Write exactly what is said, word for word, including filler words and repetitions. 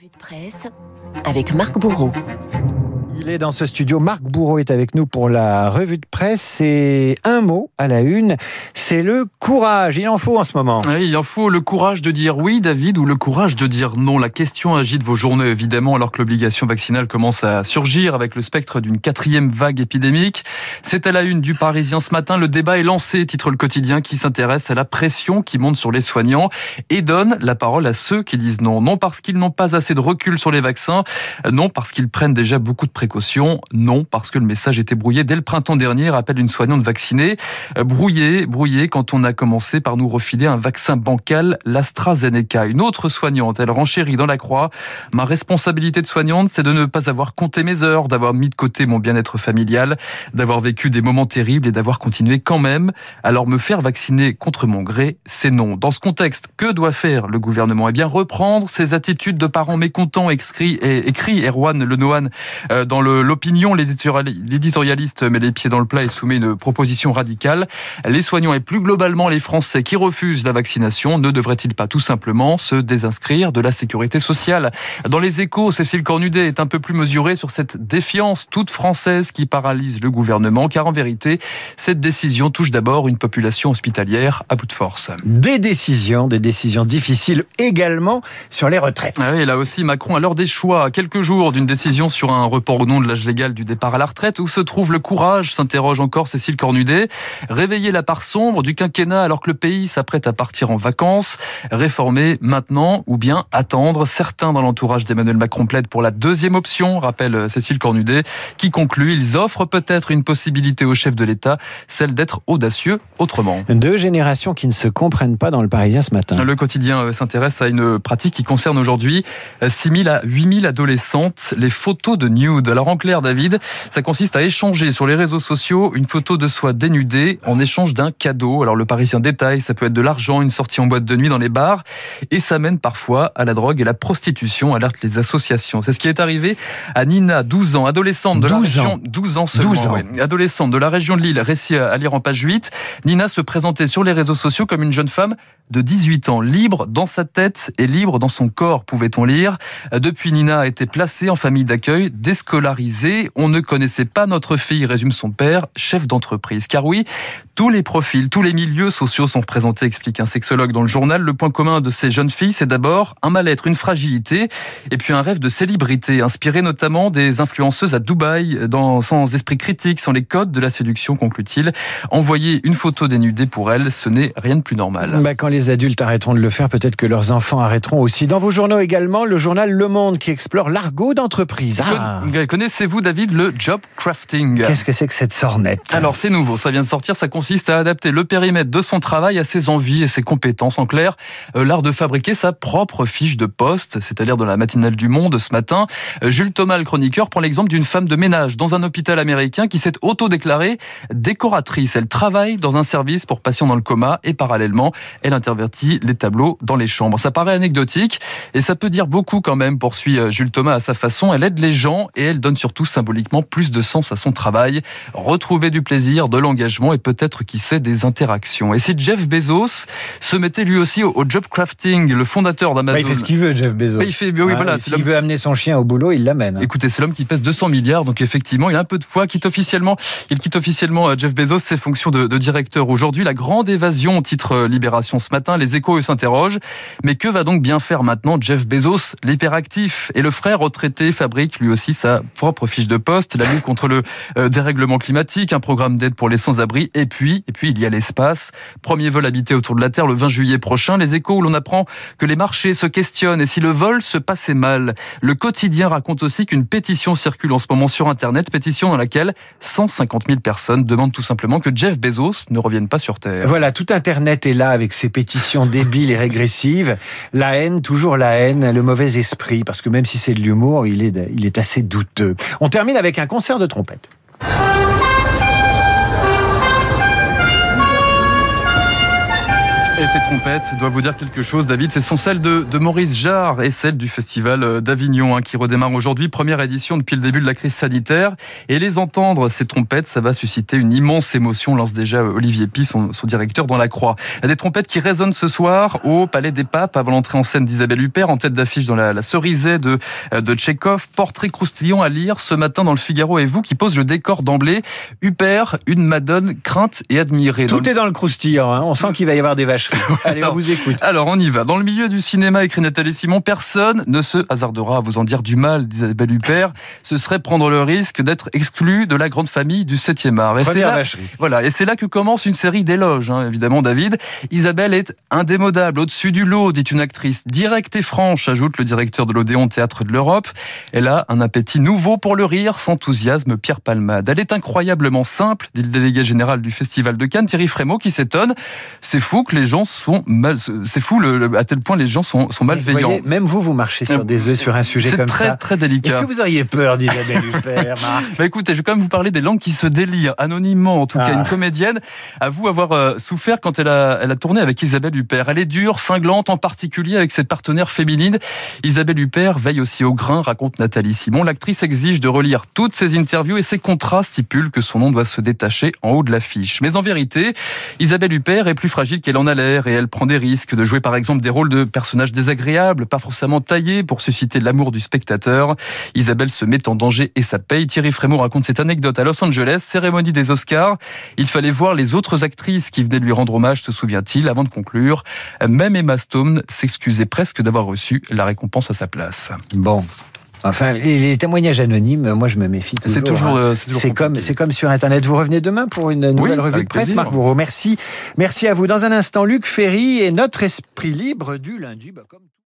Revue de presse avec Marc Bourreau. Il est dans ce studio. Marc Bourreau est avec nous pour la revue de presse. Et un mot à la une, c'est le courage. Il en faut en ce moment. Oui, il en faut le courage de dire oui, David, ou le courage de dire non. La question agite vos journaux, évidemment, alors que l'obligation vaccinale commence à surgir avec le spectre d'une quatrième vague épidémique. C'est à la une du Parisien ce matin. Le débat est lancé, titre le quotidien, qui s'intéresse à la pression qui monte sur les soignants et donne la parole à ceux qui disent non. Non parce qu'ils n'ont pas assez de recul sur les vaccins, non parce qu'ils prennent déjà beaucoup de précautions, non parce que le message était brouillé dès le printemps dernier, rappelle une soignante vaccinée. Brouillé, brouillé quand on a commencé par nous refiler un vaccin bancal, l'AstraZeneca. Une autre soignante, elle renchérit dans la croix. Ma responsabilité de soignante, c'est de ne pas avoir compté mes heures, d'avoir mis de côté mon bien-être familial, d'avoir vécu des moments terribles et d'avoir continué quand même. Alors me faire vacciner contre mon gré, c'est non. Dans ce contexte, que doit faire le gouvernement ? Eh bien reprendre ses attitudes de parents mécontents, écrit, écrit Erwan Lenohan dans le, l'opinion. L'éditorialiste met les pieds dans le plat et soumet une proposition radicale. Les soignants et plus globalement les Français qui refusent la vaccination ne devraient-ils pas tout simplement se désinscrire de la sécurité sociale ? Dans les Échos, Cécile Cornudet est un peu plus mesurée sur cette défiance toute française qui paralyse le gouvernement, car en vérité, cette décision touche d'abord une population hospitalière à bout de force. Des décisions, des décisions difficiles également sur les retraites. Ah oui, là aussi, Macron, à l'heure des choix, à quelques jours d'une décision sur un report ou non de l'âge légal du départ à la retraite, où se trouve le courage, s'interroge encore Cécile Cornudet. Réveiller la part sombre du quinquennat alors que le pays s'apprête à partir en vacances. Réformer maintenant ou bien attendre. Certains dans l'entourage d'Emmanuel Macron plaident pour la deuxième option, rappelle Cécile Cornudet, qui conclut, ils offrent peut-être une possibilité au chef de l'État, celle d'être audacieux autrement. Deux générations qui ne se comprennent pas dans le Parisien ce matin. Le quotidien s'intéresse à une pratique qui concerne aujourd'hui six mille à huit mille adolescentes, les photos de nude. Alors en clair, David, ça consiste à échanger sur les réseaux sociaux une photo de soi dénudée en échange d'un cadeau. Alors le Parisien détaille, ça peut être de l'argent, une sortie en boîte de nuit dans les bars, et ça mène parfois à la drogue et la prostitution, alerte les associations. C'est ce qui est arrivé à Nina, douze ans, adolescente de la région, douze ans seulement, douze ans. Oui, adolescente de la région de Lille, récit à lire en page huit. Nina se présentait sur les réseaux sociaux comme une jeune femme de dix-huit ans, libre dans sa tête et libre dans son corps, pouvait-on lire. Depuis, Nina a été placée en famille d'accueil, déscolarisée. On ne connaissait pas notre fille, résume son père, chef d'entreprise. Car oui, tous les profils, tous les milieux sociaux sont représentés, explique un sexologue dans le journal. Le point commun de ces jeunes filles, c'est d'abord un mal-être, une fragilité, et puis un rêve de célébrité, inspiré notamment des influenceuses à Dubaï, dans, sans esprit critique, sans les codes de la séduction, conclut-il. Envoyer une photo dénudée pour elles, ce n'est rien de plus normal. Bah, quand les adultes arrêteront de le faire, peut-être que leurs enfants arrêteront aussi. Dans vos journaux également, le journal Le Monde qui explore l'argot d'entreprise. Ah. Connaissez-vous, David, le job crafting ? Qu'est-ce que c'est que cette sornette ? Alors c'est nouveau, ça vient de sortir, ça consiste à adapter le périmètre de son travail à ses envies et ses compétences. En clair, euh, l'art de fabriquer sa propre fiche de poste, c'est-à-dire dans la matinale du Monde ce matin. Jules Thomas, le chroniqueur, prend l'exemple d'une femme de ménage dans un hôpital américain qui s'est auto-déclarée décoratrice. Elle travaille dans un service pour patients dans le coma et parallèlement, elle intervertit les tableaux dans les chambres. Ça paraît anecdotique et ça peut dire beaucoup quand même, poursuit Jules Thomas à sa façon. Elle aide les gens et elle donne surtout symboliquement plus de sens à son travail. Retrouver du plaisir, de l'engagement et peut-être, qui sait, des interactions. Et si Jeff Bezos se mettait lui aussi au job crafting, le fondateur d'Amazon... Bah, il fait ce qu'il veut, Jeff Bezos. Bah, il fait, oui, ah, voilà, s'il veut amener son chien au boulot, il l'amène. Hein. Écoutez, c'est l'homme qui pèse deux cents milliards, donc effectivement, il a un peu de foi. Quitte officiellement, il quitte officiellement, Jeff Bezos, ses fonctions de, de directeur. Aujourd'hui, la grande évasion, titre Libération ce matin. Les Échos, eux, s'interrogent. Mais que va donc bien faire maintenant Jeff Bezos, l'hyperactif ? Et le frère retraité fabrique lui aussi sa propre fiche de poste, la lutte contre le euh, dérèglement climatique, un programme d'aide pour les sans-abri, et puis, et puis il y a l'espace. Premier vol habité autour de la Terre le vingt juillet prochain. Les Échos, où l'on apprend que les marchés se questionnent et si le vol se passait mal. Le quotidien raconte aussi qu'une pétition circule en ce moment sur Internet, pétition dans laquelle cent cinquante mille personnes demandent tout simplement que Jeff Bezos ne revienne pas sur Terre. Voilà, tout Internet est là avec ses pétitions débiles et régressives. La haine, toujours la haine, le mauvais esprit, parce que même si c'est de l'humour, il est, il est assez douteux. On termine avec un concert de trompette. Et ces trompettes doivent vous dire quelque chose, David. Ce sont celles de, de Maurice Jarre et celles du Festival d'Avignon, hein, qui redémarre aujourd'hui. Première édition depuis le début de la crise sanitaire. Et les entendre, ces trompettes, ça va susciter une immense émotion, lance déjà Olivier Py, son, son directeur, dans la Croix. Il y a des trompettes qui résonnent ce soir au Palais des Papes, avant l'entrée en scène d'Isabelle Huppert, en tête d'affiche dans la, la Cerisay de, de Tchekhov. Portrait croustillant à lire ce matin dans le Figaro et vous, qui pose le décor d'emblée. Huppert, une madone crainte et admirée. Tout dans est dans le croustillant, hein. On sent qu'il va y avoir des vacheries. Allez, alors, on vous écoute. Alors, on y va. Dans le milieu du cinéma, écrit Nathalie Simon, personne ne se hasardera à vous en dire du mal d'Isabelle Huppert. Ce serait prendre le risque d'être exclu de la grande famille du septième art. Et c'est là, vacherie. Voilà, et c'est là que commence une série d'éloges, hein, évidemment, David. Isabelle est indémodable, au-dessus du lot, dit une actrice directe et franche, ajoute le directeur de l'Odéon Théâtre de l'Europe. Elle a un appétit nouveau pour le rire, s'enthousiasme Pierre Palmade. Elle est incroyablement simple, dit le délégué général du Festival de Cannes, Thierry Frémaux, qui s'étonne. C'est fou que les gens sont mal, c'est fou le, le, à tel point les gens sont, sont malveillants. Vous voyez, même vous, vous marchez sur des œufs sur un sujet comme très, ça. C'est très, très délicat. Est-ce que vous auriez peur d'Isabelle Huppert, Marc? Bah écoutez, je vais quand même vous parler des langues qui se délient, anonymement, en tout ah. cas, une comédienne. À vous avoir euh, souffert quand elle a, elle a tourné avec Isabelle Huppert. Elle est dure, cinglante, en particulier avec ses partenaires féminines. Isabelle Huppert veille aussi au grain, raconte Nathalie Simon. L'actrice exige de relire toutes ses interviews et ses contrats stipulent que son nom doit se détacher en haut de l'affiche. Mais en vérité, Isabelle Huppert est plus fragile qu'elle en a l'air et elle prend des risques de jouer par exemple des rôles de personnages désagréables, pas forcément taillés pour susciter l'amour du spectateur. Isabelle se met en danger et ça paye. Thierry Frémaux raconte cette anecdote à Los Angeles, cérémonie des Oscars. Il fallait voir les autres actrices qui venaient lui rendre hommage, se souvient-il, avant de conclure. Même Emma Stone s'excusait presque d'avoir reçu la récompense à sa place. Bon. Enfin, les témoignages anonymes, moi je me méfie toujours. C'est toujours, hein. c'est toujours c'est comme, c'est comme sur Internet. Vous revenez demain pour une nouvelle oui, revue de presse, plaisir. Marc Bourreau. Merci, merci à vous. Dans un instant, Luc Ferry et notre esprit libre du lundi. Bah, comme